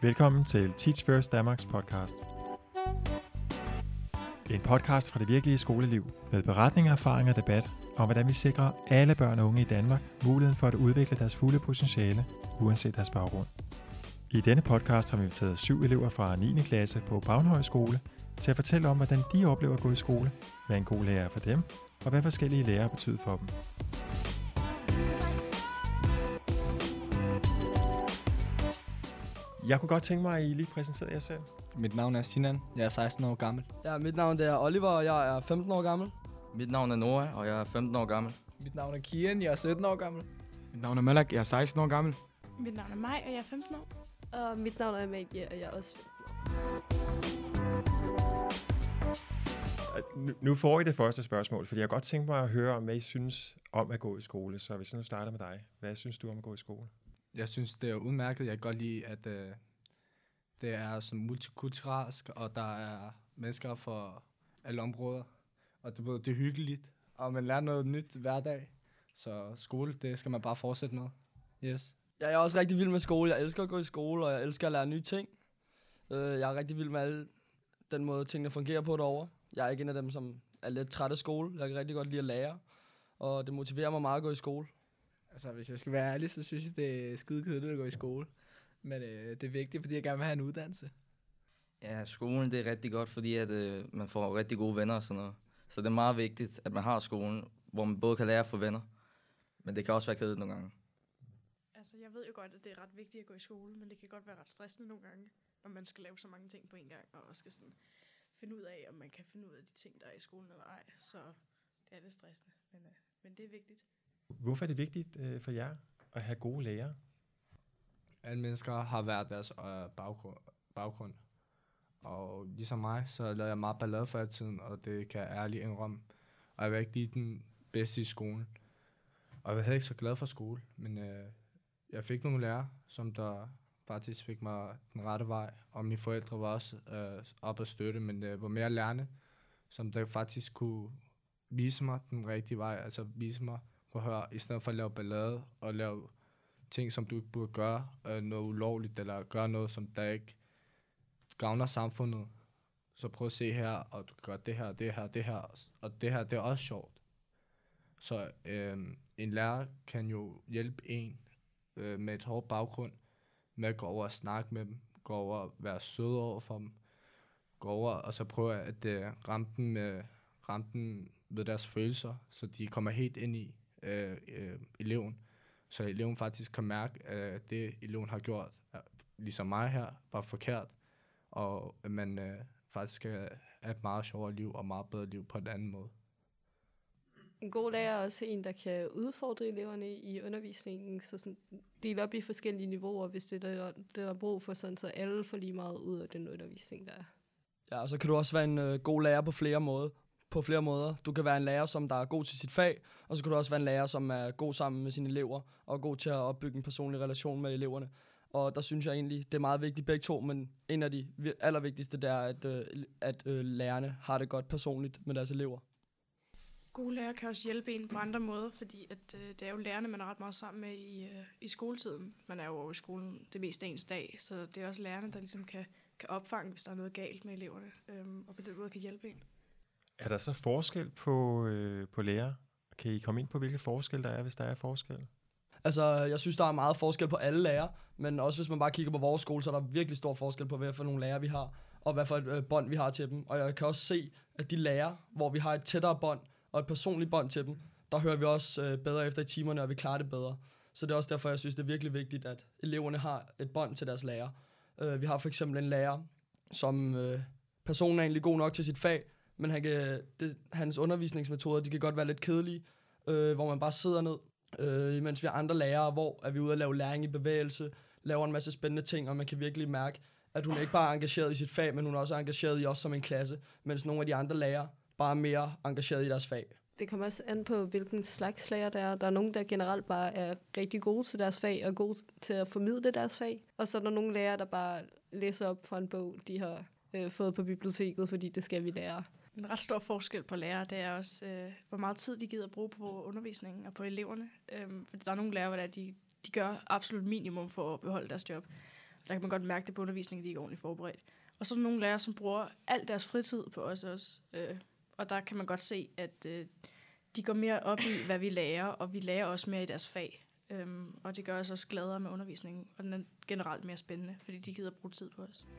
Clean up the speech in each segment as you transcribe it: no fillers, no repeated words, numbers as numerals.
Velkommen til Teach First Danmarks podcast. En podcast fra det virkelige skoleliv med beretninger, erfaringer og debat om, hvordan vi sikrer alle børn og unge i Danmark muligheden for at udvikle deres fulde potentiale, uanset deres baggrund. I denne podcast har vi inviteret 7 elever fra 9. klasse på Bavnhøj Skole til at fortælle om, hvordan de oplever at gå i skole, hvad en god lærer er for dem, og hvad forskellige lærere betyder for dem. Jeg kunne godt tænke mig, at I lige præsenterede jer selv. Mit navn er Sinan, jeg er 16 år gammel. Ja, mit navn er Oliver, og jeg er 15 år gammel. Mit navn er Noah, og jeg er 15 år gammel. Mit navn er Kian, jeg er 17 år gammel. Mit navn er Malak, jeg er 16 år gammel. Mit navn er Maj, og jeg er 15 år. Og mit navn er Amalie, og jeg er også 15 år. Nu får I det første spørgsmål, fordi jeg godt tænke mig at høre om, hvad I synes om at gå i skole. Så hvis jeg nu starter med dig, hvad synes du om at gå i skole? Jeg synes, det er udmærket. Jeg kan godt lide, at det er sådan multikulturelt, og der er mennesker fra alle områder. Og det er hyggeligt, og man lærer noget nyt hver dag. Så skole, det skal man bare fortsætte med. Yes. Jeg er også rigtig vild med skole. Jeg elsker at gå i skole, og jeg elsker at lære nye ting. Jeg er rigtig vild med alle den måde, tingene fungerer på derovre. Jeg er ikke en af dem, som er lidt træt af skole. Jeg kan rigtig godt lide at lære, og det motiverer mig meget at gå i skole. Altså, hvis jeg skal være ærlig, så synes jeg, det er skidekedeligt at gå i skole. Men det er vigtigt, fordi jeg gerne vil have en uddannelse. Ja, skolen det er rigtig godt, fordi at, man får rigtig gode venner og sådan noget. Så det er meget vigtigt, at man har skolen, hvor man både kan lære at få venner, men det kan også være kedeligt nogle gange. Altså, jeg ved jo godt, at det er ret vigtigt at gå i skole, men det kan godt være ret stressende nogle gange, når man skal lave så mange ting på en gang, og skal sådan finde ud af, om man kan finde ud af de ting, der er i skolen eller ej. Så det er lidt stressende, men det er vigtigt. Hvorfor er det vigtigt for jer at have gode lærere? Alle mennesker har hver deres baggrund. Og ligesom mig, så lavede jeg meget ballade for tiden, og det kan jeg ærligt indrømme. Og jeg var ikke lige den bedste i skolen. Og jeg var ikke så glad for skole, men jeg fik nogle lærere, som der faktisk fik mig den rette vej. Og mine forældre var også op at støtte, men det var mere lærende, som der faktisk kunne vise mig den rigtige vej. Altså vise mig, i stedet for at lave ballade og lave ting, som du ikke burde gøre, noget ulovligt, eller gøre noget, som der ikke gavner samfundet. Så prøv at se her, og du gør det her, og det her, det er også sjovt. Så en lærer kan jo hjælpe en med et hårdt baggrund, med at gå over og snakke med dem, gå over og være sød over for dem, gå over og så prøve at ramme dem ved deres følelser, så de kommer helt ind i eleven. Så eleven faktisk kan mærke, at det eleven har gjort, ligesom mig her, var forkert, og at man faktisk skal have et meget sjovere liv og meget bedre liv på en anden måde. En god lærer er også en, der kan udfordre eleverne i undervisningen, så sådan dele op i forskellige niveauer, hvis det er brug for, sådan, så alle får lige meget ud af den undervisning, der er. Ja, og så kan du også være en god lærer på flere måder. Du kan være en lærer, som der er god til sit fag, og så kan du også være en lærer, som er god sammen med sine elever, og god til at opbygge en personlig relation med eleverne. Og der synes jeg egentlig, det er meget vigtigt begge to, men en af de allervigtigste, det er, at lærerne har det godt personligt med deres elever. Gode lærere kan også hjælpe en på andre måder, fordi at, det er jo lærerne, man er ret meget sammen med i skoletiden. Man er jo i skolen det meste af ens dag, så det er også lærerne, der ligesom kan opfange, hvis der er noget galt med eleverne, og på den måde kan hjælpe en. Er der så forskel på lærere? Kan I komme ind på, hvilke forskel der er, hvis der er forskel? Altså, jeg synes, der er meget forskel på alle lærere, men også hvis man bare kigger på vores skole, så er der virkelig stor forskel på, hvad for nogle lærere vi har, og hvad for et bånd vi har til dem. Og jeg kan også se, at de lærere, hvor vi har et tættere bånd og et personligt bånd til dem, der hører vi også bedre efter i timerne, og vi klarer det bedre. Så det er også derfor, jeg synes, det er virkelig vigtigt, at eleverne har et bånd til deres lærer. Vi har for eksempel en lærer, som personen er egentlig god nok til sit fag, men hans undervisningsmetoder, de kan godt være lidt kedelige, hvor man bare sidder ned, mens vi har andre lærere, hvor er vi ude at lave læring i bevægelse, laver en masse spændende ting, og man kan virkelig mærke, at hun ikke bare er engageret i sit fag, men hun er også engageret i os som en klasse, mens nogle af de andre lærere bare er mere engageret i deres fag. Det kommer også an på, hvilken slags lærer der er. Der er nogen, der generelt bare er rigtig gode til deres fag, og gode til at formidle deres fag. Og så er der nogle lærere, der bare læser op fra en bog, de har fået på biblioteket, fordi det skal vi lære. En ret stor forskel på lærere, det er også, hvor meget tid de gider at bruge på undervisningen og på eleverne. For der er nogle lærere, hvor de gør absolut minimum for at beholde deres job. Der kan man godt mærke det på undervisningen, at de ikke er ordentligt forberedt. Og så er der nogle lærere, som bruger al deres fritid på os også. Og der kan man godt se, at de går mere op i, hvad vi lærer, og vi lærer også mere i deres fag. Og det gør os også gladere med undervisningen, og den er generelt mere spændende, fordi de gider bruge tid på os.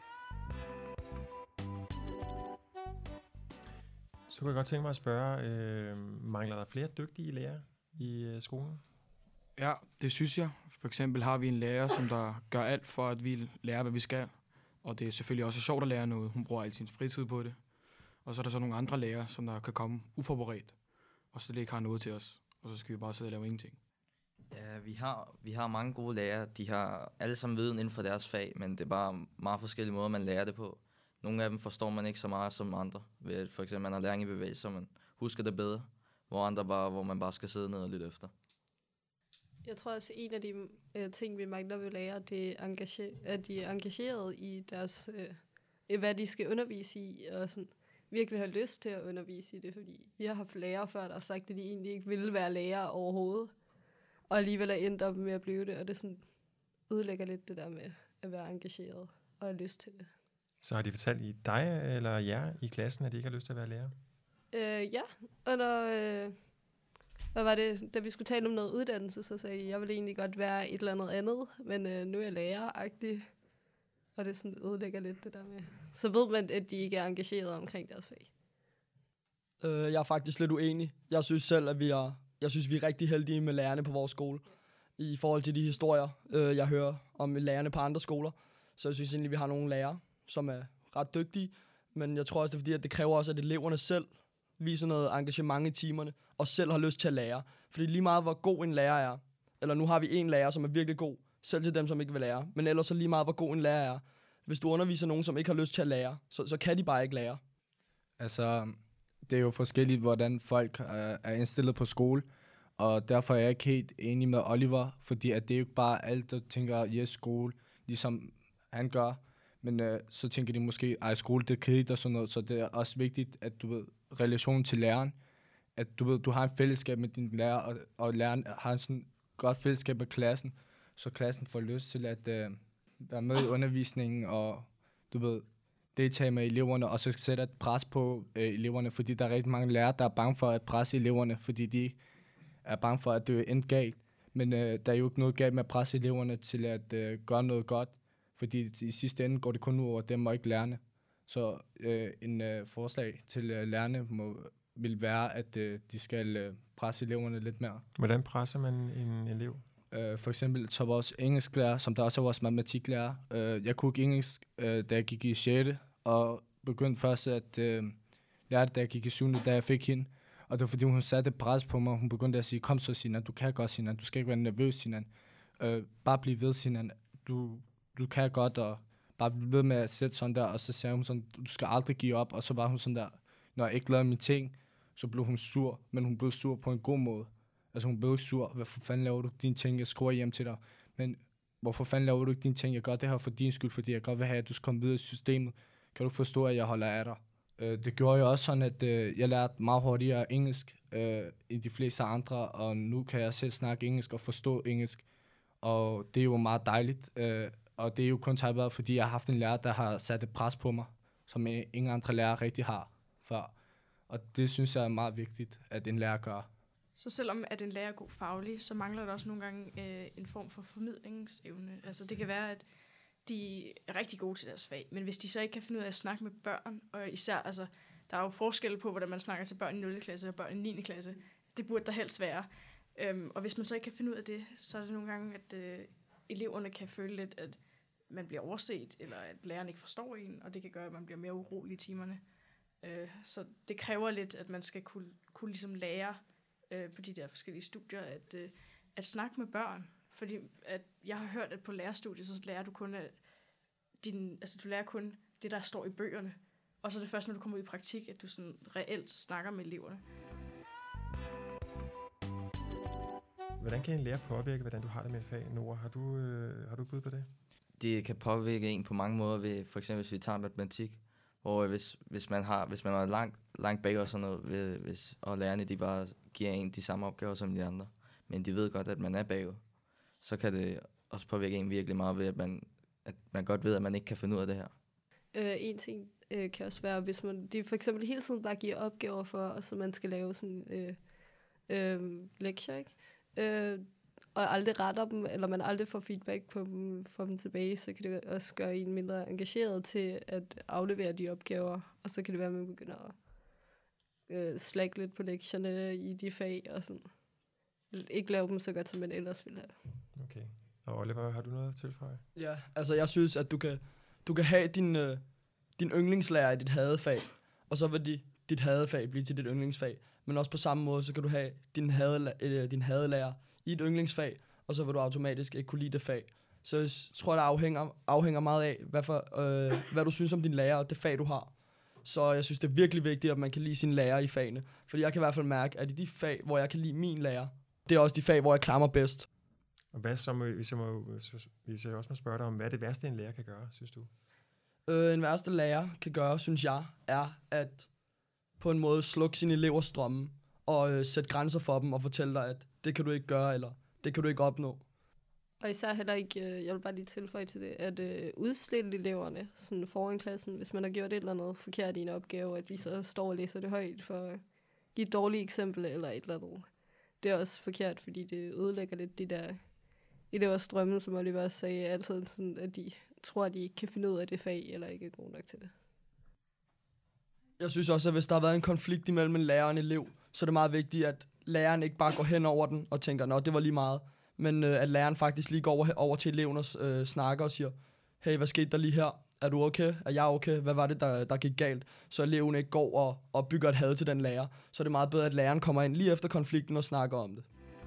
Så kunne jeg godt tænke mig at spørge, mangler der flere dygtige lærere i skolen? Ja, det synes jeg. For eksempel har vi en lærer, som der gør alt for, at vi lærer, hvad vi skal. Og det er selvfølgelig også sjovt at lære noget. Hun bruger al sin fritid på det. Og så er der så nogle andre lærere, som der kan komme uforberedt, og slet ikke har noget til os. Og så skal vi bare sidde og lave ingenting. Ja, vi har mange gode lærere. De har alle sammen viden inden for deres fag, men det er bare meget forskellige måder, man lærer det på. Nogle af dem forstår man ikke så meget som andre. Ved at for eksempel man har læring i bevægelse, så man husker det bedre. Hvor man bare skal sidde ned og lytte efter. Jeg tror også, en af de ting, vi mangler ved lærere, det er, at de er engageret i deres, hvad de skal undervise i, og sådan virkelig har lyst til at undervise i det, fordi vi har haft lærere før, der har sagt, at de egentlig ikke ville være lærere overhovedet, og alligevel er endt op med at blive det, og det sådan ødelægger lidt det der med at være engageret og have lyst til det. Så har de fortalt i dig eller jer i klassen, at de ikke har lyst til at være lærer? Ja, og når, hvad var det, da vi skulle tale om noget uddannelse, så sagde de, at jeg ville egentlig godt være et eller andet, men nu er jeg lærer-agtig, og det sådan ødelægger lidt det der med. Så ved man, at de ikke er engageret omkring deres fag. Jeg er faktisk lidt uenig. Jeg synes selv, at vi er rigtig heldige med lærerne på vores skole. I forhold til de historier, jeg hører om lærerne på andre skoler. Så jeg synes egentlig, at vi har nogle lærere, som er ret dygtige. Men jeg tror også, det er fordi, at det kræver også, at eleverne selv viser noget engagement i timerne, og selv har lyst til at lære. Fordi lige meget, hvor god en lærer er, eller nu har vi en lærer, som er virkelig god, selv til dem, som ikke vil lære, men ellers så lige meget, hvor god en lærer er. Hvis du underviser nogen, som ikke har lyst til at lære, så kan de bare ikke lære. Altså, det er jo forskelligt, hvordan folk er indstillet på skole, og derfor er jeg ikke helt enig med Oliver, fordi at det er jo ikke bare alt, der tænker, yes, skole, ligesom han gør, men så tænker de måske, ej, skole, det er kedeligt og sådan noget, så det er også vigtigt, at du ved, relationen til læreren, at du ved, du har en fællesskab med din lærer, og læreren har en sådan godt fællesskab med klassen, så klassen får lyst til at være med i undervisningen, og du ved, deltage med eleverne, og så sætte et pres på eleverne, fordi der er rigtig mange lærere, der er bange for at presse eleverne, fordi de er bange for, at det er endt galt. Men der er jo ikke noget galt med at presse eleverne til at gøre noget godt, fordi i sidste ende går det kun ud over dem og ikke lærerne. Så en forslag til lærerne vil være, at de skal presse eleverne lidt mere. Hvordan presser man en elev? For eksempel så vores engelsklærer, som der også er vores matematiklærer. Jeg kunne ikke engelsk, da jeg gik i 6. og begyndte først at lære det, da jeg gik i 7. da jeg fik hende. Og det var fordi, hun satte pres på mig. Hun begyndte at sige, kom så Sinan, du kan godt Sinan, du skal ikke være nervøs Sinan. Bare bliv ved Sinan, du kan godt, og bare blive ved med at sætte sådan der. Og så sagde hun sådan, du skal aldrig give op. Og så var hun sådan der, når jeg ikke lavede mine ting, så blev hun sur. Men hun blev sur på en god måde. Altså hun blev ikke sur, hvorfor fanden laver du dine ting, jeg skriver hjem til dig. Men hvorfor fanden laver du ikke dine ting, jeg gør det her for din skyld, fordi jeg godt vil have, at du skal komme videre i systemet. Kan du forstå, at jeg holder af dig? Det gjorde jo også sådan, at jeg lærte meget hurtigere engelsk end de fleste andre, og nu kan jeg selv snakke engelsk og forstå engelsk. Og det er jo meget dejligt, og det er jo kun takket være, fordi jeg har haft en lærer, der har sat et pres på mig, som ingen andre lærer rigtig har før. Og det synes jeg er meget vigtigt, at en lærer gør. Så selvom at en lærer er god faglig, så mangler der også nogle gange en form for formidlingsevne. Altså det kan være, at de er rigtig gode til deres fag, men hvis de så ikke kan finde ud af at snakke med børn, og især, altså, der er jo forskel på, hvordan man snakker til børn i 0. klasse og børn i 9. klasse. Det burde der helst være. Og hvis man så ikke kan finde ud af det, så er det nogle gange, at eleverne kan føle lidt, at man bliver overset, eller at læreren ikke forstår en, og det kan gøre, at man bliver mere urolig i timerne. Så det kræver lidt, at man skal kunne ligesom lære på de der forskellige studier, at snakke med børn. Fordi at jeg har hørt, at på lærerstudiet, så lærer du kun du lærer kun det, der står i bøgerne. Og så er det først, når du kommer ud i praktik, at du sådan reelt snakker med eleverne. Hvordan kan en lærer påvirke, hvordan du har det med et fag? Nora, har du bud på det? Det kan påvirke en på mange måder, ved, for eksempel hvis vi tager matematik, hvor hvis man er langt bag og sådan noget, og lærerne de bare giver en de samme opgaver som de andre, men de ved godt, at man er bagud, så kan det også påvirke en virkelig meget ved, at man at man godt ved, at man ikke kan finde ud af det her. En ting kan også være, hvis de for eksempel hele tiden bare giver opgaver for, og så man skal lave sådan lektier, ikke? Og aldrig retter dem, eller man aldrig får feedback på dem, får dem tilbage, så kan det også gøre en mindre engageret til at aflevere de opgaver, og så kan det være, at man begynder at slække lidt på lektierne i de fag, og sådan ikke lave dem så godt, som man ellers ville have. Okay. Og Oliver, har du noget at tilføje? Ja, altså jeg synes, at du kan have din yndlingslærer i dit hadefag, og så vil dit hadefag blive til dit yndlingsfag. Men også på samme måde, så kan du have din hadelærer i et yndlingsfag, og så vil du automatisk ikke kunne lide det fag. Så jeg tror, det afhænger meget af, hvad du synes om din lærer og det fag, du har. Så jeg synes, det er virkelig vigtigt, at man kan lide sine lærer i fagene. Fordi jeg kan i hvert fald mærke, at i de fag, hvor jeg kan lide min lærer, det er også de fag, hvor jeg klamrer bedst. Og hvad så, hvis jeg også må spørge dig om, hvad er det værste, en lærer kan gøre, synes du? En værste lærer kan gøre, synes jeg, er at på en måde slukke sine elevers drømme og sætte grænser for dem og fortælle dig, at det kan du ikke gøre, eller det kan du ikke opnå. Og især heller ikke, jeg vil bare lige tilføje til det, at udstille eleverne sådan foran klassen, hvis man har gjort et eller andet forkert i en opgave, at de så står og læser det højt for at give et dårligt eksempel eller et eller andet. Det er også forkert, fordi det ødelægger lidt de der elevers drømme, som Oliver også sagde, altså sådan, at de tror, at de ikke kan finde ud af det fag, eller ikke er gode nok til det. Jeg synes også, at hvis der har været en konflikt imellem en lærer og en elev, så er det meget vigtigt, at læreren ikke bare går hen over den og tænker, nå, det var lige meget, men at læreren faktisk lige går over til eleven og snakker og siger, hey, hvad skete der lige her? Er du okay? Er jeg okay? Hvad var det, der gik galt? Så eleven ikke går og bygger et had til den lærer. Så er det meget bedre, at læreren kommer ind lige efter konflikten og snakker om det.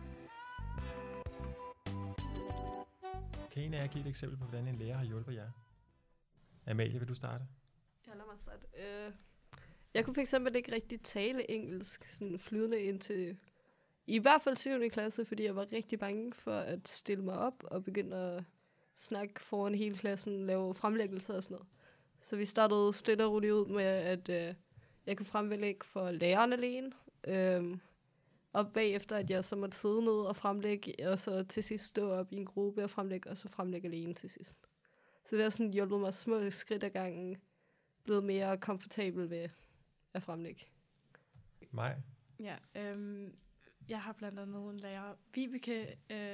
Kan en af jer give et eksempel på, hvordan en lærer har hjulpet jer? Amalie, vil du starte? Ja, lad mig starte. Jeg kunne for eksempel ikke rigtig tale engelsk sådan flydende indtil i hvert fald 7. klasse, fordi jeg var rigtig bange for at stille mig op og begynde at snakke foran hele klassen, lave fremlæggelser og sådan noget. Så vi startede stille og roligt ud med, at jeg kunne fremlægge for læreren alene, og bagefter, at jeg så måtte sidde ned og fremlægge, og så til sidst stå op i en gruppe og fremlægge, og så fremlægge alene til sidst. Så det har sådan hjulpet mig små skridt ad gangen, blevet mere komfortabel ved at fremlægge. Mig? Ja, jeg har blandt andet en lærer, Vibeke,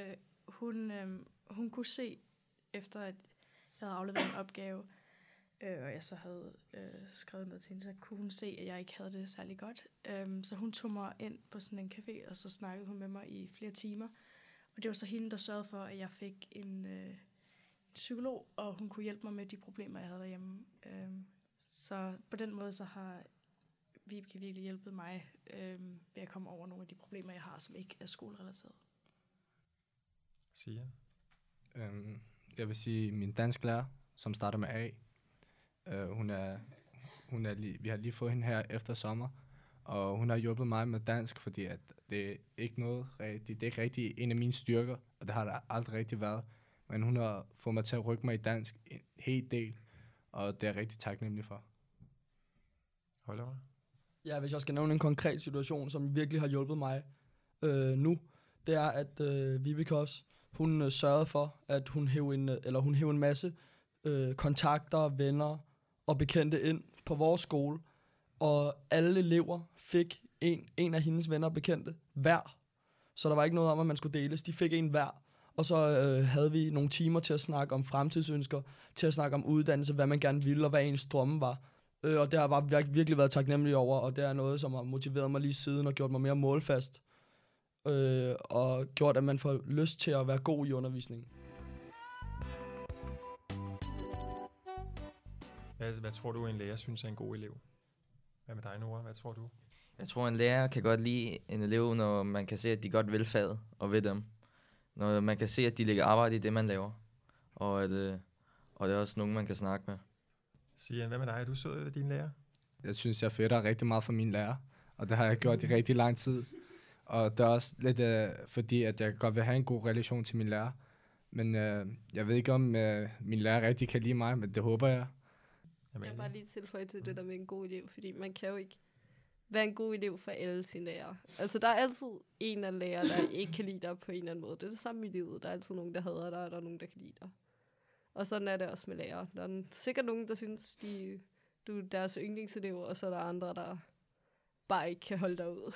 hun kunne se, efter at jeg havde afleveret en opgave, og jeg så havde skrevet noget til hende, så kunne hun se, at jeg ikke havde det særlig godt. Så hun tog mig ind på sådan en café, og så snakkede hun med mig i flere timer. Og det var så hende, der sørgede for, at jeg fik en psykolog, og hun kunne hjælpe mig med de problemer, jeg havde derhjemme. Så på den måde, så har Vibeke virkelig hjulpet mig ved at komme over nogle af de problemer, jeg har, som ikke er skolerelateret. Sian? Jeg vil sige, min dansklærer, som starter med A, vi har lige fået hende her efter sommer, og hun har hjulpet mig med dansk, fordi at det er ikke noget rigtigt, det er ikke rigtig en af mine styrker, og det har der aldrig rigtig været, men hun har fået mig til at rykke mig i dansk en hel del, og det er jeg rigtig taknemmelig for. Oliver? Ja, hvis jeg skal nævne en konkret situation, som virkelig har hjulpet mig nu, det er, at Vibeke også, hun sørgede for, at hun hævde en masse kontakter, venner og bekendte ind på vores skole, og alle elever fik en af hendes venner og bekendte hver. Så der var ikke noget om, at man skulle deles. De fik en hver. Og så havde vi nogle timer til at snakke om fremtidsønsker, til at snakke om uddannelse, hvad man gerne ville, og hvad ens drømme var. Og det har jeg bare virkelig været taknemmelig over, og det er noget, som har motiveret mig lige siden og gjort mig mere målfast. Og gjort, at man får lyst til at være god i undervisningen. Hvad tror du, en lærer synes er en god elev? Hvad med dig, Nora? Hvad tror du? Jeg tror, en lærer kan godt lide en elev, når man kan se, at de godt vil faget og ved dem. Når man kan se, at de lægger arbejde i det, man laver. Og det er også nogen, man kan snakke med. Sian, hvad med dig? Er du sød ved din lærer? Jeg synes, jeg fætter rigtig meget for min lærer, og det har jeg gjort i rigtig lang tid. Og det er også lidt fordi, at jeg godt vil have en god relation til min lærer. Men jeg ved ikke, om min lærer rigtig kan lide mig, men det håber jeg. Jeg vil bare lige tilføje til det der med en god elev, fordi man kan jo ikke være en god elev for alle sine lærere. Altså, der er altid en af lærere, der ikke kan lide dig på en eller anden måde. Det er det samme i livet. Der er altid nogen, der hader dig, og der er nogen, der kan lide dig. Og sådan er det også med lærere. Der er sikkert nogen, der synes, du er deres yndlingselever, og så er der andre, der bare ikke kan holde dig ud.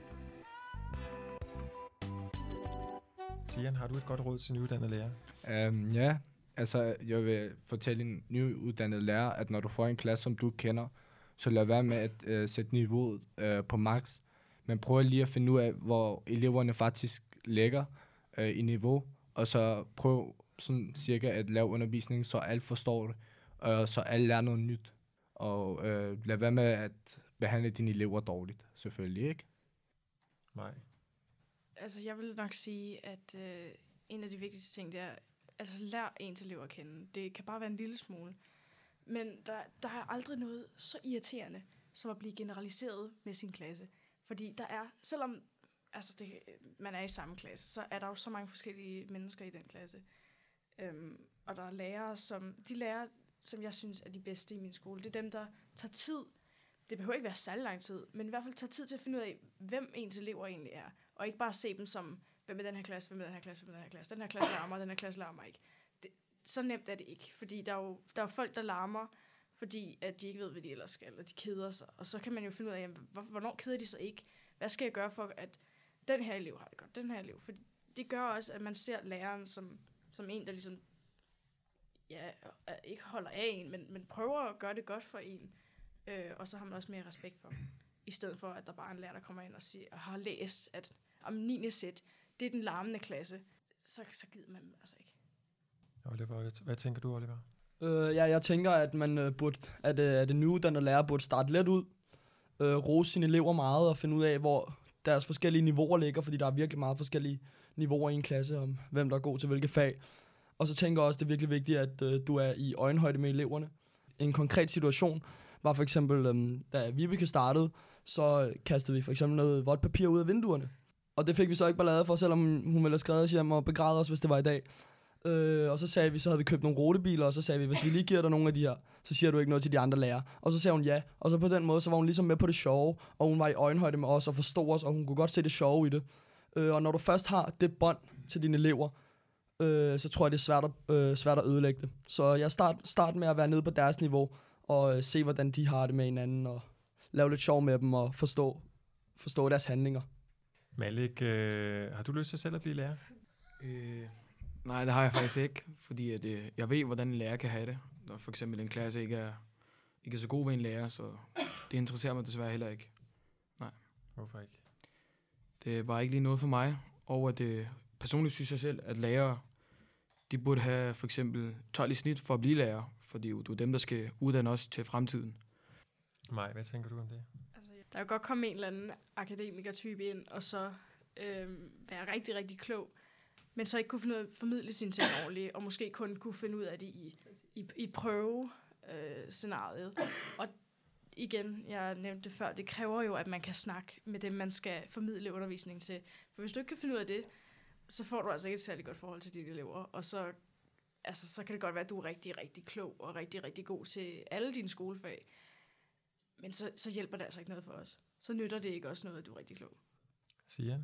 Sian, har du et godt råd til nyuddannede lærer? Ja, altså jeg vil fortælle en nyuddannet lærer, at når du får en klasse, som du kender, så lad være med at sætte niveauet på max. Men prøv lige at finde ud af, hvor eleverne faktisk ligger i niveau, og så prøv sådan cirka at lave undervisning, så alle forstår det, og så alle lærer noget nyt. Og lad være med at behandle dine elever dårligt, selvfølgelig, ikke? Nej. Altså, jeg vil nok sige, at en af de vigtigste ting, det er, altså lær ens elever at kende. Det kan bare være en lille smule. Men der er aldrig noget så irriterende, som at blive generaliseret med sin klasse. Fordi der er, selvom altså man er i samme klasse, så er der jo så mange forskellige mennesker i den klasse. Og der er lærere, de lærere, som jeg synes er de bedste i min skole, det er dem, der tager tid. Det behøver ikke være særlig lang tid, men i hvert fald tager tid til at finde ud af, hvem ens elever egentlig er. Og ikke bare se dem som, hvem er den her klasse, hvem er den her klasse, hvem er den her klasse. Den her klasse larmer, den her klasse larmer ikke. Så nemt er det ikke, fordi der er jo folk, der larmer, fordi at de ikke ved, hvad de ellers skal, eller de keder sig. Og så kan man jo finde ud af, jamen, hvornår keder de sig ikke? Hvad skal jeg gøre for, at den her elev har det godt, den her elev? For det gør også, at man ser læreren som en, der ligesom, ja, ikke holder af en, men prøver at gøre det godt for en. Og så har man også mere respekt for dem. I stedet for, at der bare er en lærer, der kommer ind og siger, og har læst, at om 9. sæt, det er den larmende klasse. Så gider man altså ikke. Oliver, hvad tænker du, Oliver? Jeg tænker, at man at det nyuddannede lærer burde starte let ud, rose sine elever meget og finde ud af, hvor deres forskellige niveauer ligger, fordi der er virkelig meget forskellige niveauer i en klasse om, hvem der er god til hvilke fag. Og så tænker jeg også, det er virkelig vigtigt, at du er i øjenhøjde med eleverne. En konkret situation var for eksempel, da Vibeke startede, så kastede vi for eksempel noget vådt papir ud af vinduerne. Og det fik vi så ikke ballade for, selvom hun ville have skrevet os hjem og begrædet os, hvis det var i dag. Og så sagde vi, så havde vi købt nogle rutebiler, og så sagde vi, hvis vi lige giver dig nogle af de her, så siger du ikke noget til de andre lærere. Og så sagde hun ja, og så på den måde, så var hun ligesom med på det sjove, og hun var i øjenhøjde med os og forstod os, og hun kunne godt se det sjove i det. Og når du først har det bånd til dine elever, så tror jeg, det er svært at ødelægge det. Så jeg start med at være nede på deres niveau, og se, hvordan de har det med hinanden, og lave lidt sjov med dem, og forstå deres handlinger. Malik, har du lyst til selv at blive lærer? Nej, det har jeg faktisk ikke, fordi at, jeg ved, hvordan en lærer kan have det. Når for eksempel en klasse ikke er så god ved en lærer, så det interesserer mig desværre heller ikke. Nej. Hvorfor ikke? Det er bare ikke lige noget for mig, og at personligt synes jeg selv, at lærere, de burde have for eksempel 12 i snit for at blive lærer, fordi det er dem, der skal uddanne os til fremtiden. Maj, hvad tænker du om det? Altså, der kan godt komme en eller anden akademiker-type ind, og så være rigtig, rigtig klog, men så ikke kunne finde ud af at formidle sine ting ordentligt, og måske kun kunne finde ud af det i prøvescenariet. Og igen, jeg nævnte det før, det kræver jo, at man kan snakke med dem, man skal formidle undervisning til. For hvis du ikke kan finde ud af det, så får du altså ikke et særligt godt forhold til dine elever, og så kan det godt være, at du er rigtig, rigtig klog og rigtig, rigtig god til alle dine skolefag. Men så hjælper det altså ikke noget for os. Så nytter det ikke også noget, at du er rigtig klog. Sian?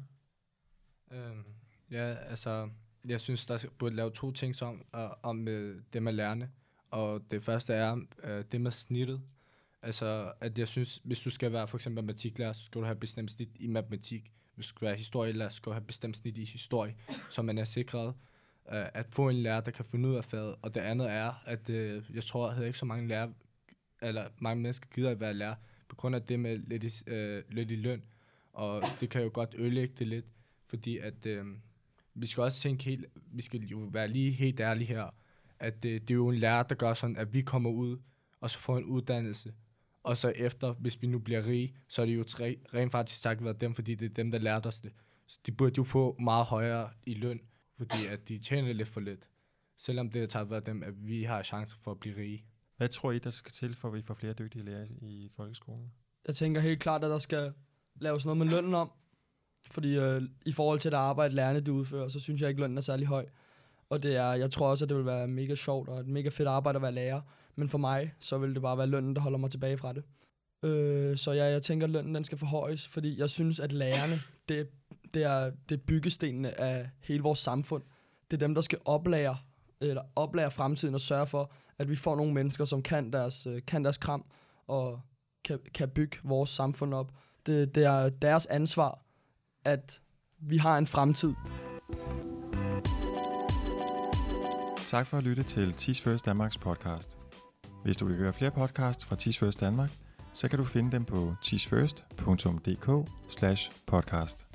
Ja, altså, jeg synes, der burde lave 2 ting om det med lærerne. Og det første er det med snittet. Altså, at jeg synes, hvis du skal være for eksempel matematiklærer, så skal du have bestemt snit i matematik. Hvis du skal være historielærer, så skal du have bestemt snit i historie, så man er sikret at få en lærer, der kan finde ud af faget. Og det andet er, at jeg tror, at ikke så mange lærere, eller mange mennesker gider at være lærer, på grund af det med lidt i løn. Og det kan jo godt ødelægge det lidt, fordi at vi skal også tænke vi skal jo være lige helt ærlige her, at det er jo en lærer, der gør sådan, at vi kommer ud, og så får en uddannelse. Og så efter, hvis vi nu bliver rige, så er det jo rent faktisk takket være dem, fordi det er dem, der lærte os det. Så de burde jo få meget højere i løn, fordi at de tjener lidt for lidt. Selvom det er takket være dem, at vi har chance for at blive rige. Hvad tror I, der skal til, for at vi får flere dygtige lærere i folkeskolen? Jeg tænker helt klart, at der skal laves noget med lønnen om. Fordi i forhold til det arbejde, lærerne de udfører, så synes jeg ikke, lønnen er særlig høj. Og jeg tror også, at det vil være mega sjovt og et mega fedt arbejde at være lærer. Men for mig, så vil det bare være lønnen, der holder mig tilbage fra det. Så jeg tænker, at lønnen den skal forhøjes, fordi jeg synes, at lærerne, det er byggestenene af hele vores samfund. Det er dem, der skal oplære oplærer fremtiden og sørger for, at vi får nogle mennesker, som kan deres kram og kan bygge vores samfund op. Det er deres ansvar, at vi har en fremtid. Tak for at lytte til Teach First Danmarks podcast. Hvis du vil høre flere podcasts fra Teach First Danmark, så kan du finde dem på teachfirst.dk/podcast.